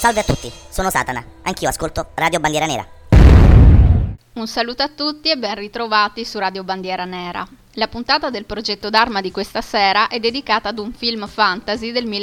Salve a tutti, sono Satana, anch'io ascolto Radio Bandiera Nera. Un saluto a tutti e ben ritrovati su Radio Bandiera Nera. La puntata del progetto Dharma di questa sera è dedicata ad un film fantasy del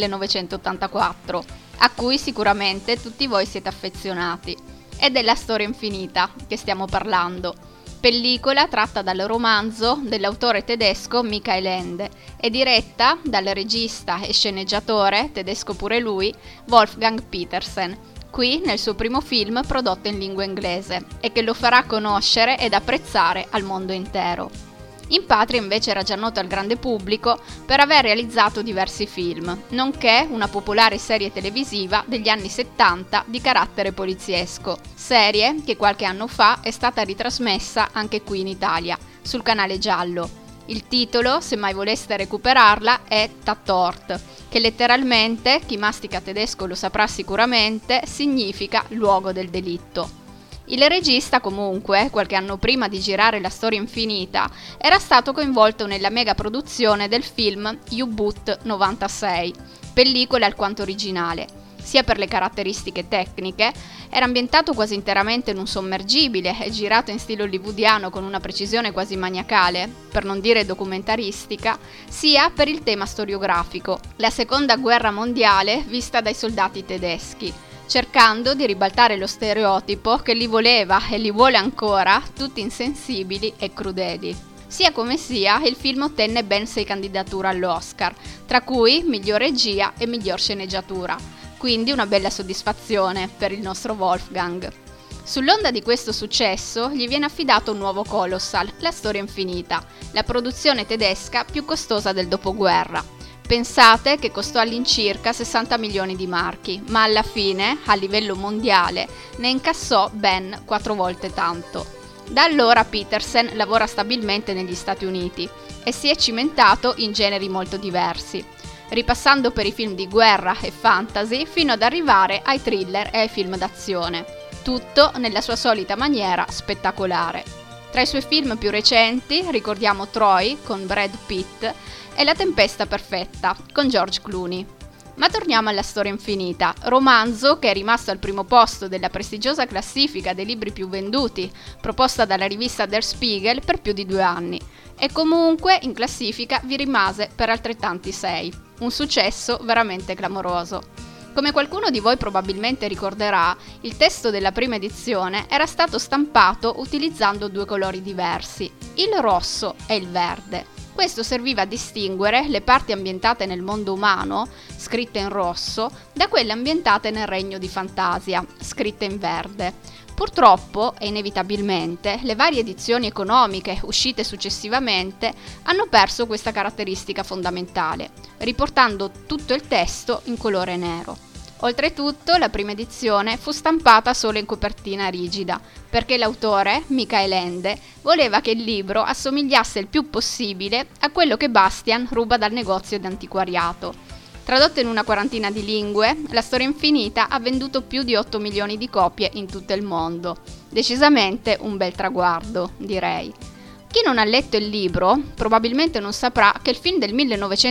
1984, a cui sicuramente tutti voi siete affezionati. È della Storia Infinita che stiamo parlando, pellicola tratta dal romanzo dell'autore tedesco Michael Ende e diretta dal regista e sceneggiatore, tedesco pure lui, Wolfgang Petersen, qui nel suo primo film prodotto in lingua inglese e che lo farà conoscere ed apprezzare al mondo intero. In patria invece era già noto al grande pubblico per aver realizzato diversi film, nonché una popolare serie televisiva degli anni 70 di carattere poliziesco, serie che qualche anno fa è stata ritrasmessa anche qui in Italia, sul canale giallo. Il titolo, se mai voleste recuperarla, è Tatort, che letteralmente, chi mastica tedesco lo saprà sicuramente, significa luogo del delitto. Il regista comunque, qualche anno prima di girare La Storia Infinita, era stato coinvolto nella mega produzione del film U-Boot 96, pellicola alquanto originale, sia per le caratteristiche tecniche, era ambientato quasi interamente in un sommergibile e girato in stile hollywoodiano con una precisione quasi maniacale, per non dire documentaristica, sia per il tema storiografico, la seconda guerra mondiale vista dai soldati tedeschi, cercando di ribaltare lo stereotipo che li voleva e li vuole ancora tutti insensibili e crudeli. Sia come sia, il film ottenne ben 6 candidature all'Oscar, tra cui miglior regia e miglior sceneggiatura, quindi una bella soddisfazione per il nostro Wolfgang. Sull'onda di questo successo gli viene affidato un nuovo colossal, La Storia Infinita, la produzione tedesca più costosa del dopoguerra. Pensate che costò all'incirca 60 milioni di marchi, ma alla fine, a livello mondiale, ne incassò ben 4 volte tanto. Da allora Petersen lavora stabilmente negli Stati Uniti e si è cimentato in generi molto diversi, ripassando per i film di guerra e fantasy fino ad arrivare ai thriller e ai film d'azione, tutto nella sua solita maniera spettacolare. Tra i suoi film più recenti ricordiamo Troy con Brad Pitt e La Tempesta Perfetta con George Clooney. Ma torniamo alla Storia Infinita, romanzo che è rimasto al primo posto della prestigiosa classifica dei libri più venduti, proposta dalla rivista Der Spiegel per più di 2 anni, e comunque in classifica vi rimase per altrettanti 6, un successo veramente clamoroso. Come qualcuno di voi probabilmente ricorderà, il testo della prima edizione era stato stampato utilizzando 2 colori diversi, il rosso e il verde. Questo serviva a distinguere le parti ambientate nel mondo umano, scritte in rosso, da quelle ambientate nel regno di fantasia, scritte in verde. Purtroppo, e inevitabilmente, le varie edizioni economiche uscite successivamente hanno perso questa caratteristica fondamentale, riportando tutto il testo in colore nero. Oltretutto, la prima edizione fu stampata solo in copertina rigida, perché l'autore, Michael Ende, voleva che il libro assomigliasse il più possibile a quello che Bastian ruba dal negozio di antiquariato. Tradotto in una quarantina di lingue, La Storia Infinita ha venduto più di 8 milioni di copie in tutto il mondo. Decisamente un bel traguardo, direi. Chi non ha letto il libro probabilmente non saprà che il film del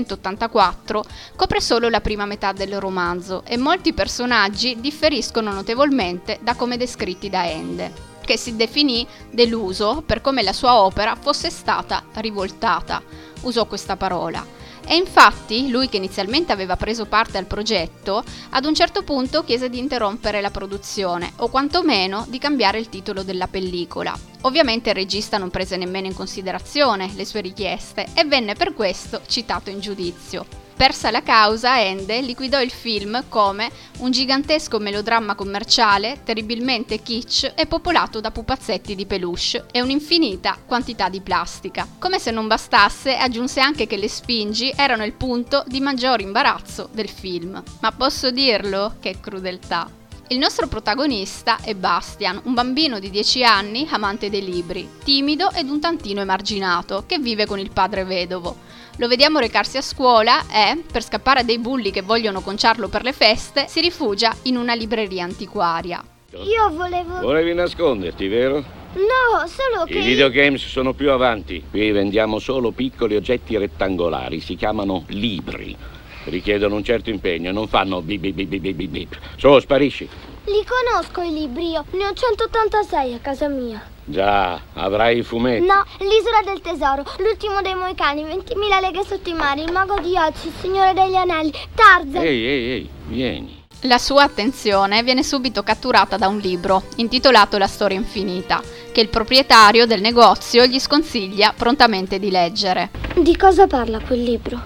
1984 copre solo la prima metà del romanzo e molti personaggi differiscono notevolmente da come descritti da Ende, che si definì deluso per come la sua opera fosse stata rivoltata. Usò questa parola. E infatti, lui che inizialmente aveva preso parte al progetto, ad un certo punto chiese di interrompere la produzione, o quantomeno di cambiare il titolo della pellicola. Ovviamente il regista non prese nemmeno in considerazione le sue richieste e venne per questo citato in giudizio. Persa la causa, Ende liquidò il film come un gigantesco melodramma commerciale, terribilmente kitsch e popolato da pupazzetti di peluche e un'infinita quantità di plastica. Come se non bastasse, aggiunse anche che le sfingi erano il punto di maggior imbarazzo del film. Ma posso dirlo? Che crudeltà! Il nostro protagonista è Bastian, un bambino di 10 anni, amante dei libri, timido ed un tantino emarginato, che vive con il padre vedovo. Lo vediamo recarsi a scuola e, per scappare dai bulli che vogliono conciarlo per le feste, si rifugia in una libreria antiquaria. Io Volevi nasconderti, vero? No, solo che... I videogames sono più avanti. Qui vendiamo solo piccoli oggetti rettangolari, si chiamano libri. richiedono un certo impegno, non fanno bip bip bip bip bip bip. Su, sparisci. Li conosco i libri io, ne ho 186 a casa mia. Già, avrai i fumetti. No, l'Isola del Tesoro, l'ultimo dei Moicani, 20.000 leghe sotto i mari, il Mago di Oz, il Signore degli Anelli, Tarzan. Ehi, vieni. La sua attenzione viene subito catturata da un libro, intitolato La storia infinita, che il proprietario del negozio gli sconsiglia prontamente di leggere. Di cosa parla quel libro?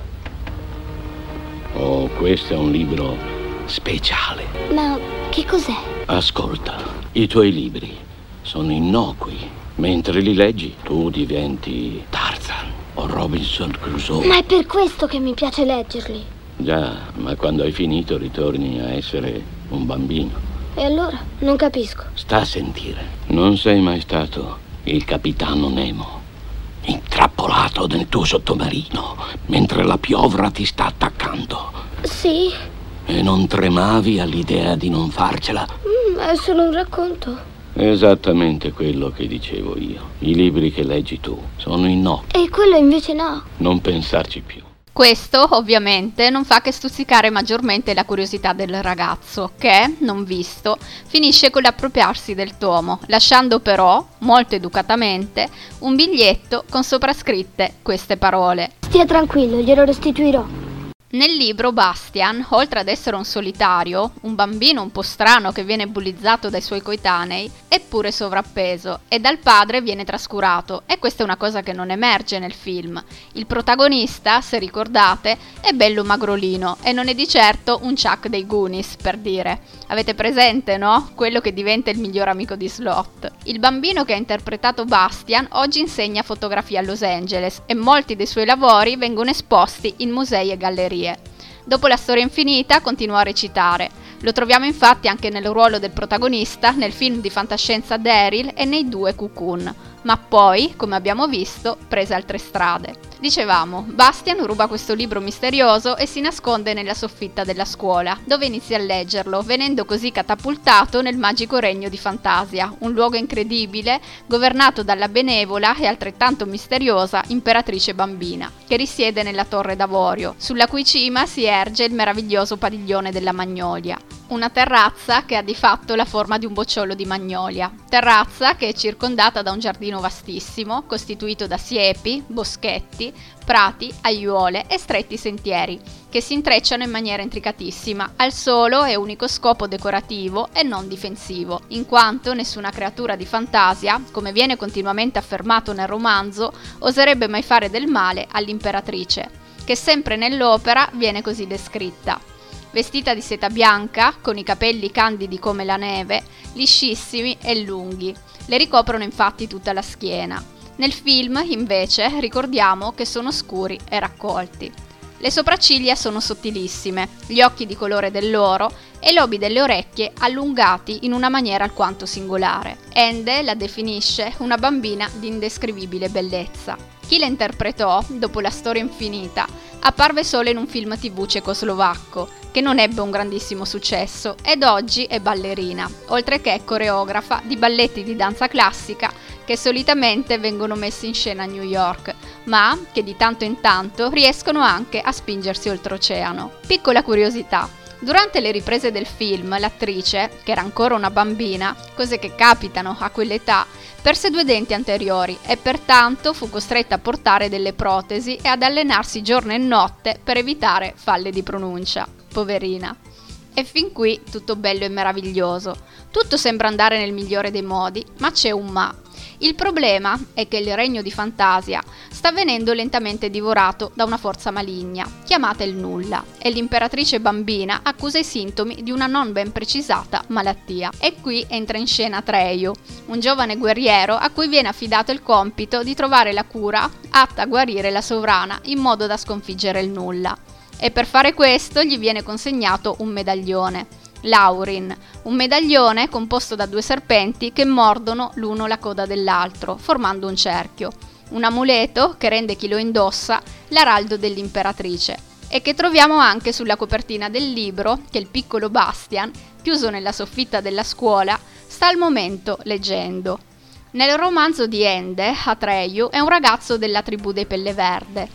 Oh, questo è un libro speciale. Ma che cos'è? Ascolta, i tuoi libri sono innocui. Mentre li leggi, tu diventi Tarzan o Robinson Crusoe. Ma è per questo che mi piace leggerli. Già, ma quando hai finito ritorni a essere un bambino. E allora? Non capisco. Sta a sentire. Non sei mai stato il capitano Nemo, intrappolato nel tuo sottomarino mentre la piovra ti sta attaccando. Sì. E non tremavi all'idea di non farcela? È solo un racconto. Esattamente quello che dicevo io. I libri che leggi tu sono innocui. E quello invece no. Non pensarci più. Questo, ovviamente, non fa che stuzzicare maggiormente la curiosità del ragazzo, che, non visto, finisce con l'appropriarsi del tomo, lasciando però, molto educatamente, un biglietto con soprascritte queste parole. Stia tranquillo, glielo restituirò. Nel libro Bastian, oltre ad essere un solitario, un bambino un po' strano che viene bullizzato dai suoi coetanei, è pure sovrappeso e dal padre viene trascurato, e questa è una cosa che non emerge nel film. Il protagonista, se ricordate, è bello magrolino e non è di certo un Chuck dei Goonies, per dire. Avete presente, no? Quello che diventa il miglior amico di Slot. Il bambino che ha interpretato Bastian oggi insegna fotografia a Los Angeles e molti dei suoi lavori vengono esposti in musei e gallerie. Dopo La storia infinita continua a recitare. Lo troviamo infatti anche nel ruolo del protagonista nel film di fantascienza Daryl e nei due Cocoon, ma poi, come abbiamo visto, prese altre strade. Dicevamo, Bastian ruba questo libro misterioso e si nasconde nella soffitta della scuola, dove inizia a leggerlo, venendo così catapultato nel magico regno di Fantasia, un luogo incredibile governato dalla benevola e altrettanto misteriosa imperatrice bambina, che risiede nella Torre d'Avorio, sulla cui cima si erge il meraviglioso padiglione della Magnolia. Una terrazza che ha di fatto la forma di un bocciolo di magnolia. Terrazza che è circondata da un giardino vastissimo, costituito da siepi, boschetti, prati, aiuole e stretti sentieri, che si intrecciano in maniera intricatissima, al solo e unico scopo decorativo e non difensivo, in quanto nessuna creatura di fantasia, come viene continuamente affermato nel romanzo, oserebbe mai fare del male all'imperatrice, che sempre nell'opera viene così descritta. Vestita di seta bianca, con i capelli candidi come la neve, liscissimi e lunghi. Le ricoprono infatti tutta la schiena. Nel film, invece, ricordiamo che sono scuri e raccolti. Le sopracciglia sono sottilissime, gli occhi di colore dell'oro e i lobi delle orecchie allungati in una maniera alquanto singolare. Ende la definisce una bambina di indescrivibile bellezza. Chi la interpretò, dopo La storia infinita, apparve solo in un film TV cecoslovacco, che non ebbe un grandissimo successo, ed oggi è ballerina, oltre che coreografa di balletti di danza classica che solitamente vengono messi in scena a New York, ma che di tanto in tanto riescono anche a spingersi oltreoceano. Piccola curiosità. Durante le riprese del film, l'attrice, che era ancora una bambina, cose che capitano a quell'età, perse 2 denti anteriori e pertanto fu costretta a portare delle protesi e ad allenarsi giorno e notte per evitare falle di pronuncia. Poverina. E fin qui tutto bello e meraviglioso. Tutto sembra andare nel migliore dei modi, ma c'è un ma. Il problema è che il regno di Fantasia sta venendo lentamente divorato da una forza maligna, chiamata il Nulla, e l'imperatrice bambina accusa i sintomi di una non ben precisata malattia. E qui entra in scena Atreyu, un giovane guerriero a cui viene affidato il compito di trovare la cura atta a guarire la sovrana in modo da sconfiggere il Nulla. E per fare questo gli viene consegnato un medaglione, l'Aurin, un medaglione composto da 2 serpenti che mordono l'uno la coda dell'altro, formando un cerchio. Un amuleto che rende chi lo indossa l'araldo dell'imperatrice e che troviamo anche sulla copertina del libro che il piccolo Bastian, chiuso nella soffitta della scuola, sta al momento leggendo. Nel romanzo di Ende, Atreyu è un ragazzo della tribù dei Pelle Verde.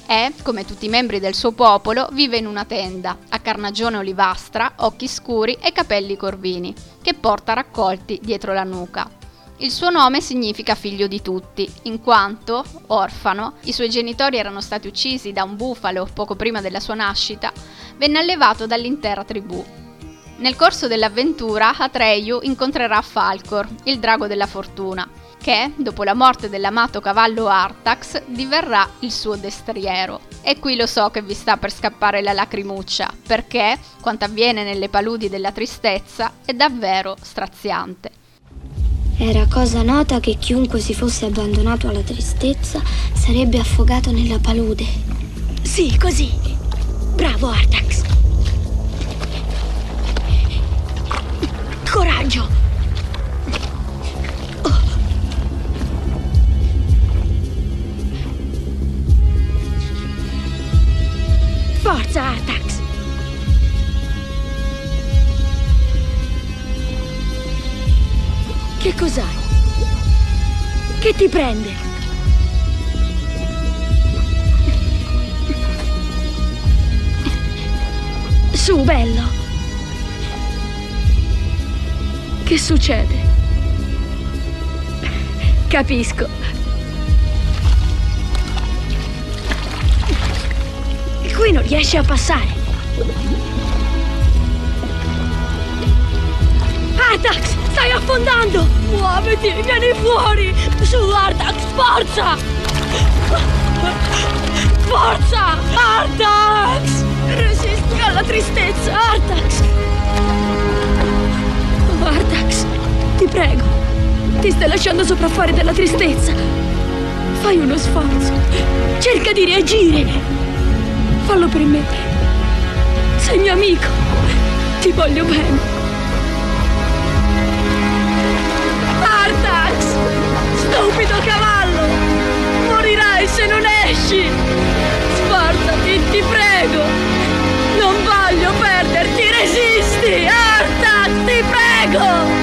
E, come tutti i membri del suo popolo, vive in una tenda, a carnagione olivastra, occhi scuri e capelli corvini, che porta raccolti dietro la nuca. Il suo nome significa figlio di tutti, in quanto, orfano, i suoi genitori erano stati uccisi da un bufalo poco prima della sua nascita, venne allevato dall'intera tribù. Nel corso dell'avventura, Atreyu incontrerà Falkor, il drago della fortuna, che, dopo la morte dell'amato cavallo Artax, diverrà il suo destriero. E qui lo so che vi sta per scappare la lacrimuccia, perché, quanto avviene nelle paludi della tristezza, è davvero straziante. Era cosa nota che chiunque si fosse abbandonato alla tristezza sarebbe affogato nella palude. Sì, così. Bravo, Artax. Coraggio. Oh. Forza, Artax. Che cos'hai? Che ti prende? Su, bello. Che succede? Capisco. Qui non riesce a passare. Artax, stai affondando! Muoviti, vieni fuori! Su, Artax, forza! Forza! Artax! Resisti alla tristezza, Artax! Oh, Artax, ti prego, ti stai lasciando sopraffare dalla tristezza. Fai uno sforzo, cerca di reagire. Fallo per me. Sei mio amico, ti voglio bene. Artax! Stupido cavallo! Morirai se non esci! Sforzati, ti prego! Non voglio perderti, resisti! Artax, ti prego!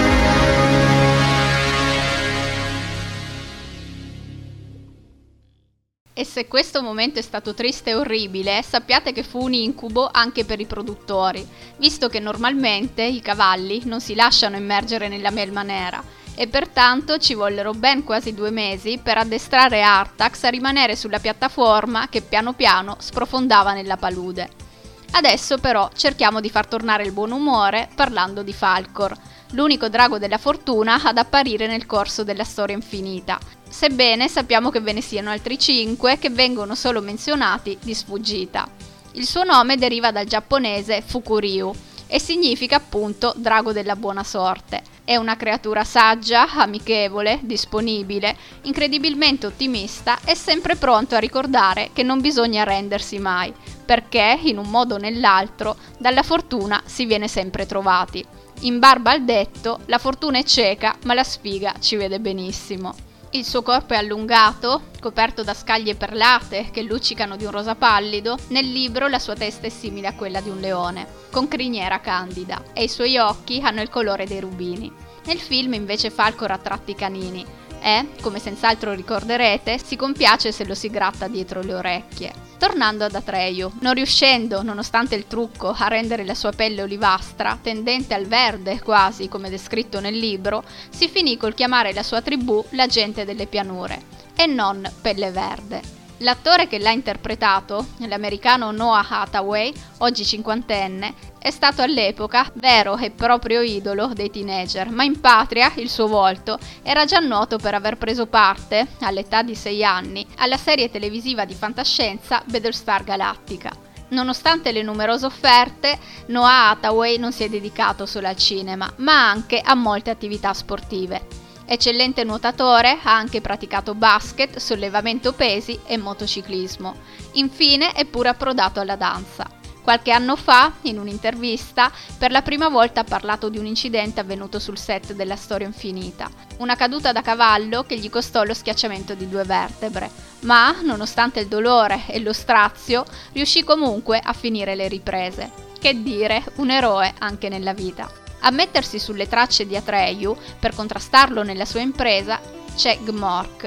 E se questo momento è stato triste e orribile, sappiate che fu un incubo anche per i produttori, visto che normalmente i cavalli non si lasciano immergere nella melma nera, e pertanto ci vollero ben quasi 2 mesi per addestrare Artax a rimanere sulla piattaforma che piano piano sprofondava nella palude. Adesso però cerchiamo di far tornare il buon umore parlando di Falkor, l'unico drago della fortuna ad apparire nel corso della storia infinita, sebbene sappiamo che ve ne siano altri 5 che vengono solo menzionati di sfuggita. Il suo nome deriva dal giapponese Fukuryu e significa appunto drago della buona sorte. È una creatura saggia, amichevole, disponibile, incredibilmente ottimista e sempre pronto a ricordare che non bisogna arrendersi mai, perché, in un modo o nell'altro, dalla fortuna si viene sempre trovati. In barba al detto, la fortuna è cieca, ma la sfiga ci vede benissimo. Il suo corpo è allungato, coperto da scaglie perlate che luccicano di un rosa pallido. Nel libro la sua testa è simile a quella di un leone, con criniera candida, e i suoi occhi hanno il colore dei rubini. Nel film invece Falkor ha tratti canini e, come senz'altro ricorderete, si compiace se lo si gratta dietro le orecchie. Tornando ad Atreyu, non riuscendo, nonostante il trucco, a rendere la sua pelle olivastra, tendente al verde quasi come descritto nel libro, si finì col chiamare la sua tribù la gente delle pianure, e non pelle verde. L'attore che l'ha interpretato, l'americano Noah Hathaway, oggi 50enne, è stato all'epoca vero e proprio idolo dei teenager, ma in patria il suo volto era già noto per aver preso parte, all'età di 6 anni, alla serie televisiva di fantascienza Battlestar Galactica. Nonostante le numerose offerte, Noah Hathaway non si è dedicato solo al cinema, ma anche a molte attività sportive. Eccellente nuotatore, ha anche praticato basket, sollevamento pesi e motociclismo. Infine è pure approdato alla danza. Qualche anno fa, in un'intervista, per la prima volta ha parlato di un incidente avvenuto sul set della Storia Infinita. Una caduta da cavallo che gli costò lo schiacciamento di 2 vertebre, ma, nonostante il dolore e lo strazio, riuscì comunque a finire le riprese. Che dire, un eroe anche nella vita. A mettersi sulle tracce di Atreyu, per contrastarlo nella sua impresa, c'è Gmork,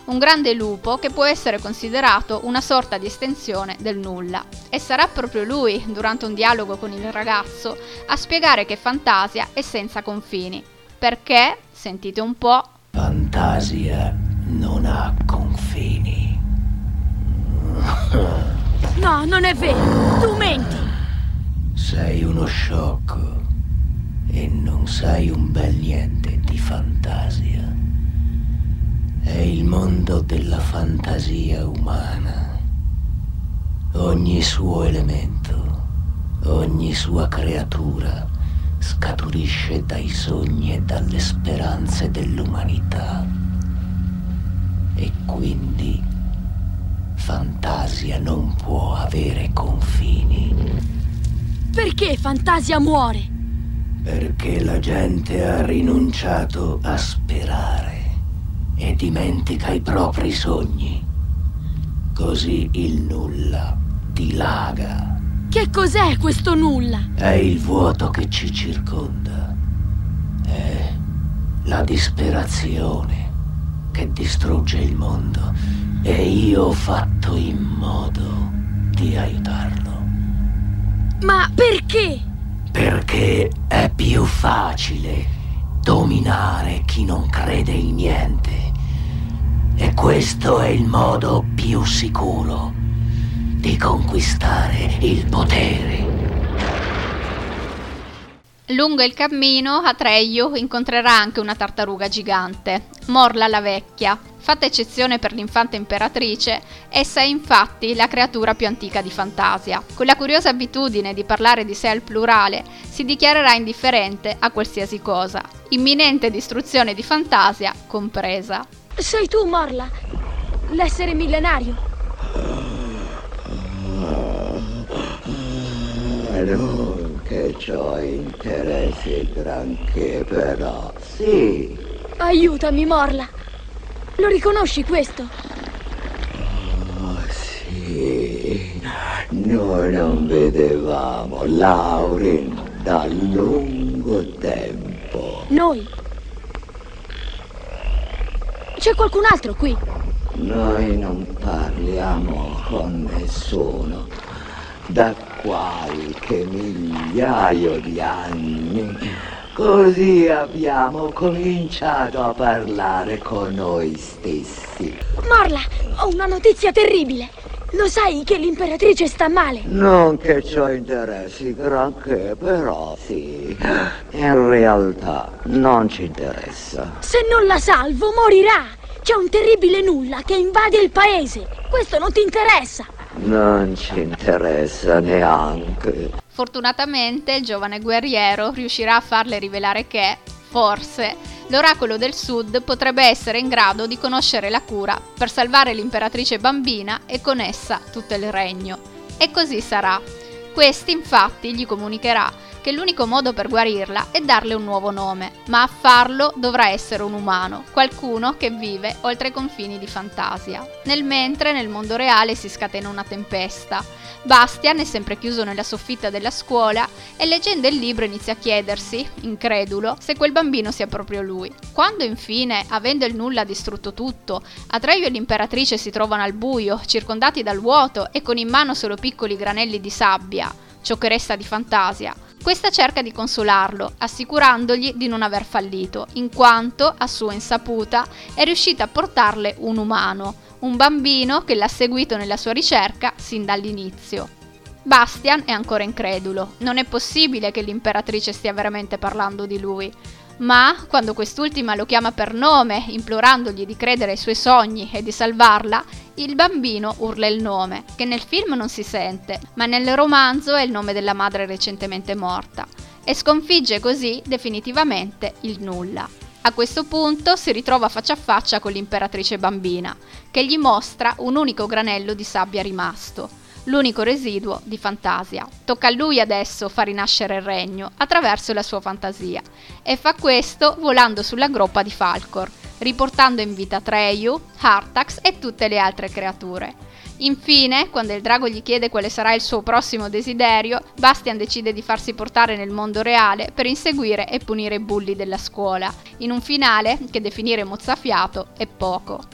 un grande lupo che può essere considerato una sorta di estensione del nulla. E sarà proprio lui, durante un dialogo con il ragazzo, a spiegare che Fantasia è senza confini. Perché, sentite un po', Fantasia non ha confini. No, non è vero, tu menti. Sei uno sciocco e non sai un bel niente di fantasia. È il mondo della fantasia umana. Ogni suo elemento, ogni sua creatura scaturisce dai sogni e dalle speranze dell'umanità. E quindi Fantasia non può avere confini. Perché Fantasia muore? Perché la gente ha rinunciato a sperare e dimentica i propri sogni. Così il nulla dilaga. Che cos'è questo nulla? È il vuoto che ci circonda. È la disperazione che distrugge il mondo. E io ho fatto in modo di aiutarlo. Ma perché? Perché è più facile dominare chi non crede in niente. E questo è il modo più sicuro di conquistare il potere. lungo il cammino Atreyu incontrerà anche una tartaruga gigante, Morla la vecchia. Fatta eccezione per l'infanta imperatrice, essa è infatti la creatura più antica di Fantasia. Con la curiosa abitudine di parlare di sé al plurale, si dichiarerà indifferente a qualsiasi cosa, imminente distruzione di Fantasia compresa. Sei tu, Morla, l'essere millenario. Non che c'ho interessi granché, però sì. Aiutami, Morla. Lo riconosci questo? Oh, sì. Noi non vedevamo Lauren da lungo tempo. Noi? C'è qualcun altro qui? Noi non parliamo con nessuno da qualche migliaio di anni. Così abbiamo cominciato a parlare con noi stessi. Morla, ho una notizia terribile. Lo sai che l'imperatrice sta male? Non che c'ho interessi granché, però sì. In realtà non ci interessa. Se non la salvo, morirà. C'è un terribile nulla che invade il paese. Questo non ti interessa. Non ci interessa neanche. Fortunatamente il giovane guerriero riuscirà a farle rivelare che, forse, l'oracolo del Sud potrebbe essere in grado di conoscere la cura per salvare l'imperatrice bambina e con essa tutto il regno. E così sarà. Questi infatti gli comunicherà che l'unico modo per guarirla è darle un nuovo nome, ma a farlo dovrà essere un umano, qualcuno che vive oltre i confini di Fantasia. Nel mentre nel mondo reale si scatena una tempesta. Bastian è sempre chiuso nella soffitta della scuola e leggendo il libro inizia a chiedersi, incredulo, se quel bambino sia proprio lui. Quando infine, avendo il nulla distrutto tutto, Atreyu e l'imperatrice si trovano al buio, circondati dal vuoto e con in mano solo piccoli granelli di sabbia, ciò che resta di Fantasia, questa cerca di consolarlo, assicurandogli di non aver fallito, in quanto, a sua insaputa, è riuscita a portarle un umano, un bambino che l'ha seguito nella sua ricerca sin dall'inizio. Bastian è ancora incredulo, non è possibile che l'imperatrice stia veramente parlando di lui. Ma, quando quest'ultima lo chiama per nome, implorandogli di credere ai suoi sogni e di salvarla, il bambino urla il nome, che nel film non si sente, ma nel romanzo è il nome della madre recentemente morta, e sconfigge così definitivamente il nulla. A questo punto si ritrova faccia a faccia con l'imperatrice bambina, che gli mostra un unico granello di sabbia rimasto, l'unico residuo di Fantasia. Tocca a lui adesso far rinascere il regno attraverso la sua fantasia, e fa questo volando sulla groppa di Falkor, riportando in vita Atreyu, Artax e tutte le altre creature. Infine, quando il drago gli chiede quale sarà il suo prossimo desiderio, Bastian decide di farsi portare nel mondo reale per inseguire e punire i bulli della scuola, in un finale che definire mozzafiato è poco.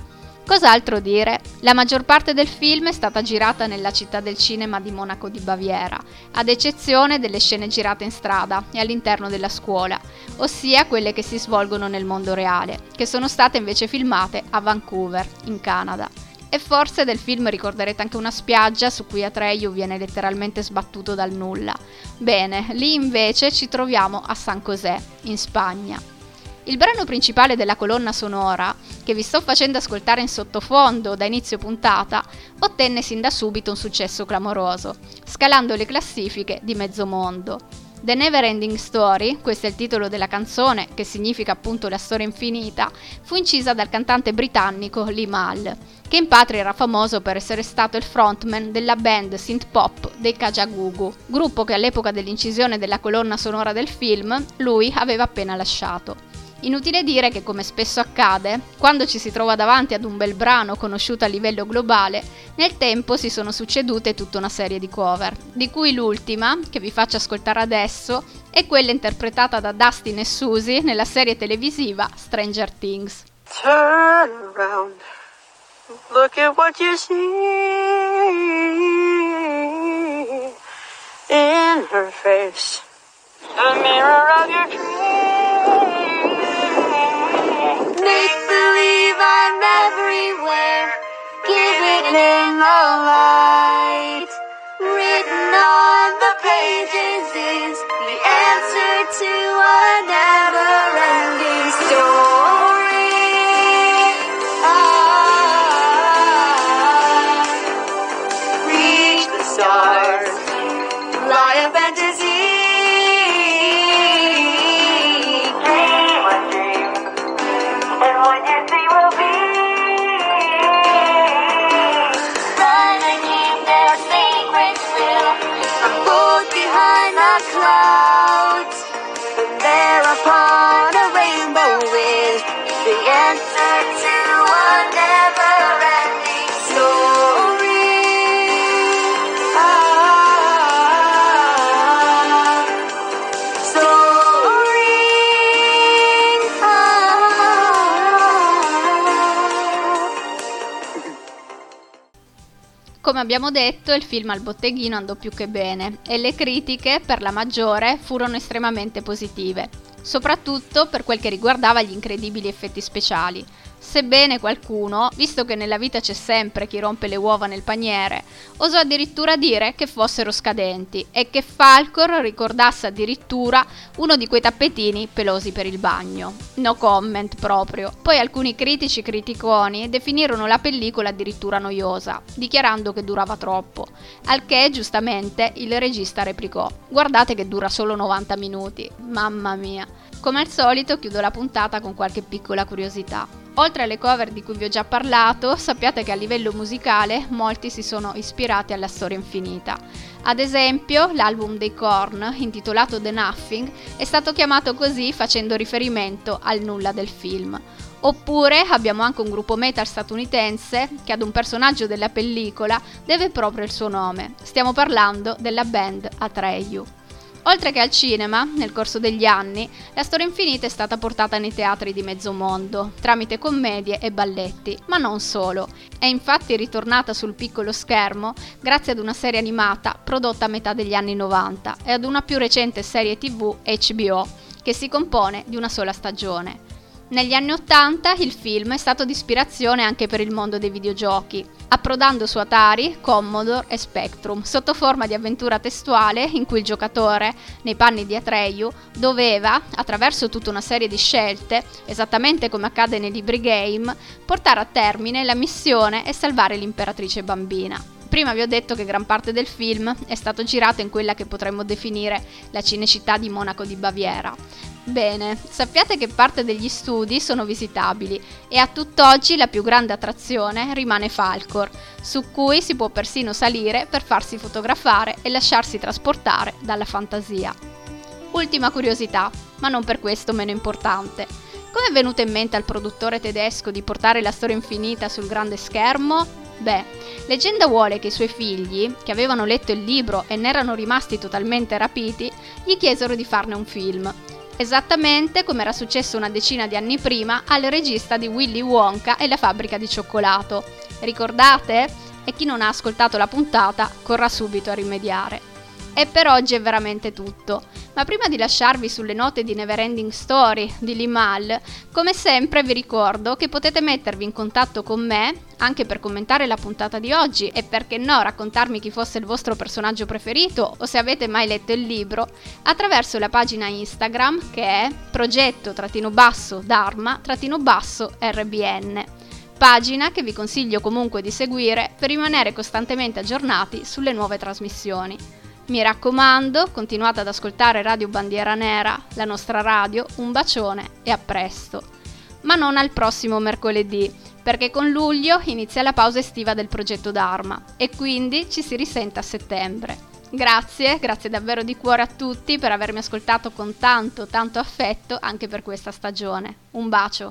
Cos'altro dire? La maggior parte del film è stata girata nella città del cinema di Monaco di Baviera, ad eccezione delle scene girate in strada e all'interno della scuola, ossia quelle che si svolgono nel mondo reale, che sono state invece filmate a Vancouver, in Canada. E forse del film ricorderete anche una spiaggia su cui Atreyu viene letteralmente sbattuto dal nulla. Bene, lì invece ci troviamo a San José, in Spagna. Il brano principale della colonna sonora, che vi sto facendo ascoltare in sottofondo da inizio puntata, ottenne sin da subito un successo clamoroso, scalando le classifiche di mezzo mondo. The Neverending Story, questo è il titolo della canzone, che significa appunto la storia infinita, fu incisa dal cantante britannico Limahl, che in patria era famoso per essere stato il frontman della band synth pop dei Kajagoogoo, gruppo che all'epoca dell'incisione della colonna sonora del film lui aveva appena lasciato. Inutile dire che, come spesso accade, quando ci si trova davanti ad un bel brano conosciuto a livello globale, nel tempo si sono succedute tutta una serie di cover, di cui l'ultima, che vi faccio ascoltare adesso, è quella interpretata da Dustin e Suzy nella serie televisiva Stranger Things. Turn around, look at what you see in her face, the mirror of your dreams. Make believe I'm everywhere, giving in the light. Written on the pages is the answer to a never-ending story. Reach the stars, fly a fantasy. Clouds, and there upon a rainbow is the answer to a never-ending story. Come abbiamo detto, il film al botteghino andò più che bene e le critiche, per la maggiore, furono estremamente positive, soprattutto per quel che riguardava gli incredibili effetti speciali. Sebbene qualcuno, visto che nella vita c'è sempre chi rompe le uova nel paniere, osò addirittura dire che fossero scadenti e che Falcor ricordasse addirittura uno di quei tappetini pelosi per il bagno. No comment proprio. Poi alcuni critici criticoni definirono la pellicola addirittura noiosa, dichiarando che durava troppo, al che giustamente il regista replicò: guardate che dura solo 90 minuti, mamma mia. Come al solito chiudo la puntata con qualche piccola curiosità. Oltre alle cover di cui vi ho già parlato, sappiate che a livello musicale molti si sono ispirati alla storia infinita. Ad esempio, l'album dei Korn, intitolato The Nothing, è stato chiamato così facendo riferimento al nulla del film. Oppure abbiamo anche un gruppo metal statunitense che ad un personaggio della pellicola deve proprio il suo nome. Stiamo parlando della band Atreyu. Oltre che al cinema, nel corso degli anni, la storia infinita è stata portata nei teatri di mezzo mondo, tramite commedie e balletti, ma non solo. È infatti ritornata sul piccolo schermo grazie ad una serie animata prodotta a metà degli anni 90 e ad una più recente serie TV HBO, che si compone di una sola stagione. Negli anni 80 il film è stato di ispirazione anche per il mondo dei videogiochi, approdando su Atari, Commodore e Spectrum, sotto forma di avventura testuale in cui il giocatore, nei panni di Atreyu, doveva, attraverso tutta una serie di scelte, esattamente come accade nei libri game, portare a termine la missione e salvare l'imperatrice bambina. Prima vi ho detto che gran parte del film è stato girato in quella che potremmo definire la Cinecittà di Monaco di Baviera. Bene, sappiate che parte degli studi sono visitabili e a tutt'oggi la più grande attrazione rimane Falcor, su cui si può persino salire per farsi fotografare e lasciarsi trasportare dalla fantasia. Ultima curiosità, ma non per questo meno importante. Come è venuto in mente al produttore tedesco di portare la storia infinita sul grande schermo? Beh, leggenda vuole che i suoi figli, che avevano letto il libro e ne erano rimasti totalmente rapiti, gli chiesero di farne un film. esattamente come era successo una decina di anni prima al regista di Willy Wonka e la fabbrica di cioccolato. Ricordate? E chi non ha ascoltato la puntata corra subito a rimediare. E per oggi è veramente tutto, ma prima di lasciarvi sulle note di Neverending Story di Limahl, come sempre vi ricordo che potete mettervi in contatto con me, anche per commentare la puntata di oggi e perché no raccontarmi chi fosse il vostro personaggio preferito o se avete mai letto il libro, attraverso la pagina Instagram che è progetto-dharma-rbn, pagina che vi consiglio comunque di seguire per rimanere costantemente aggiornati sulle nuove trasmissioni. Mi raccomando, continuate ad ascoltare Radio Bandiera Nera, la nostra radio, un bacione e a presto. Ma non al prossimo mercoledì, perché con luglio inizia la pausa estiva del Progetto Dharma e quindi ci si risente a settembre. Grazie davvero di cuore a tutti per avermi ascoltato con tanto affetto anche per questa stagione. Un bacio!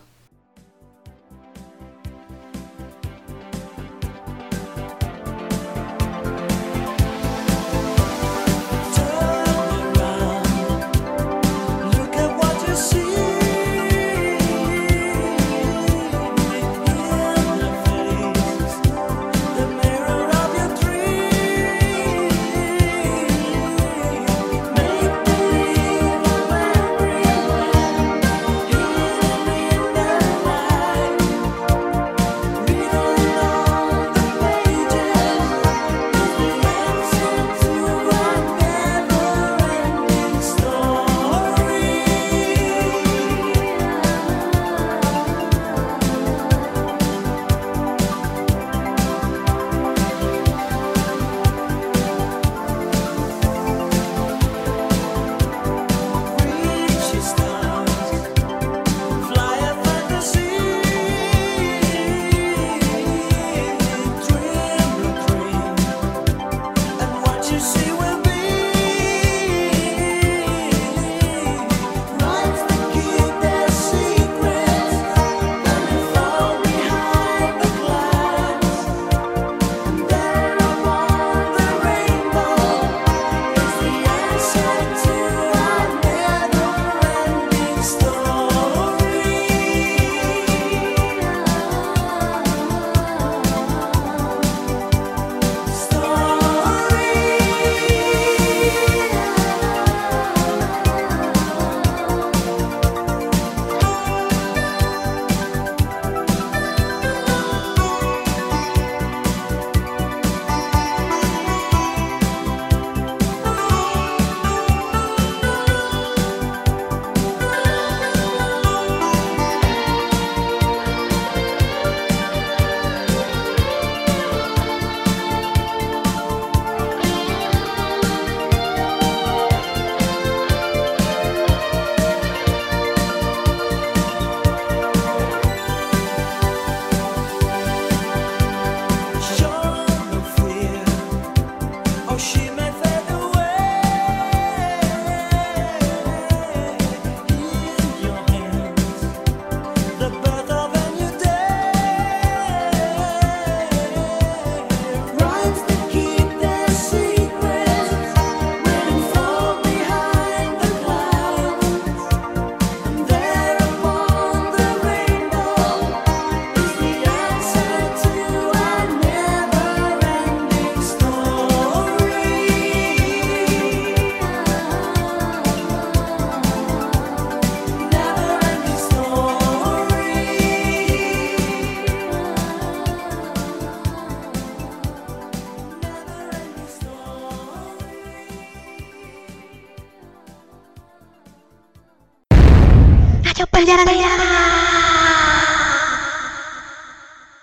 Radio Bandiera Nera.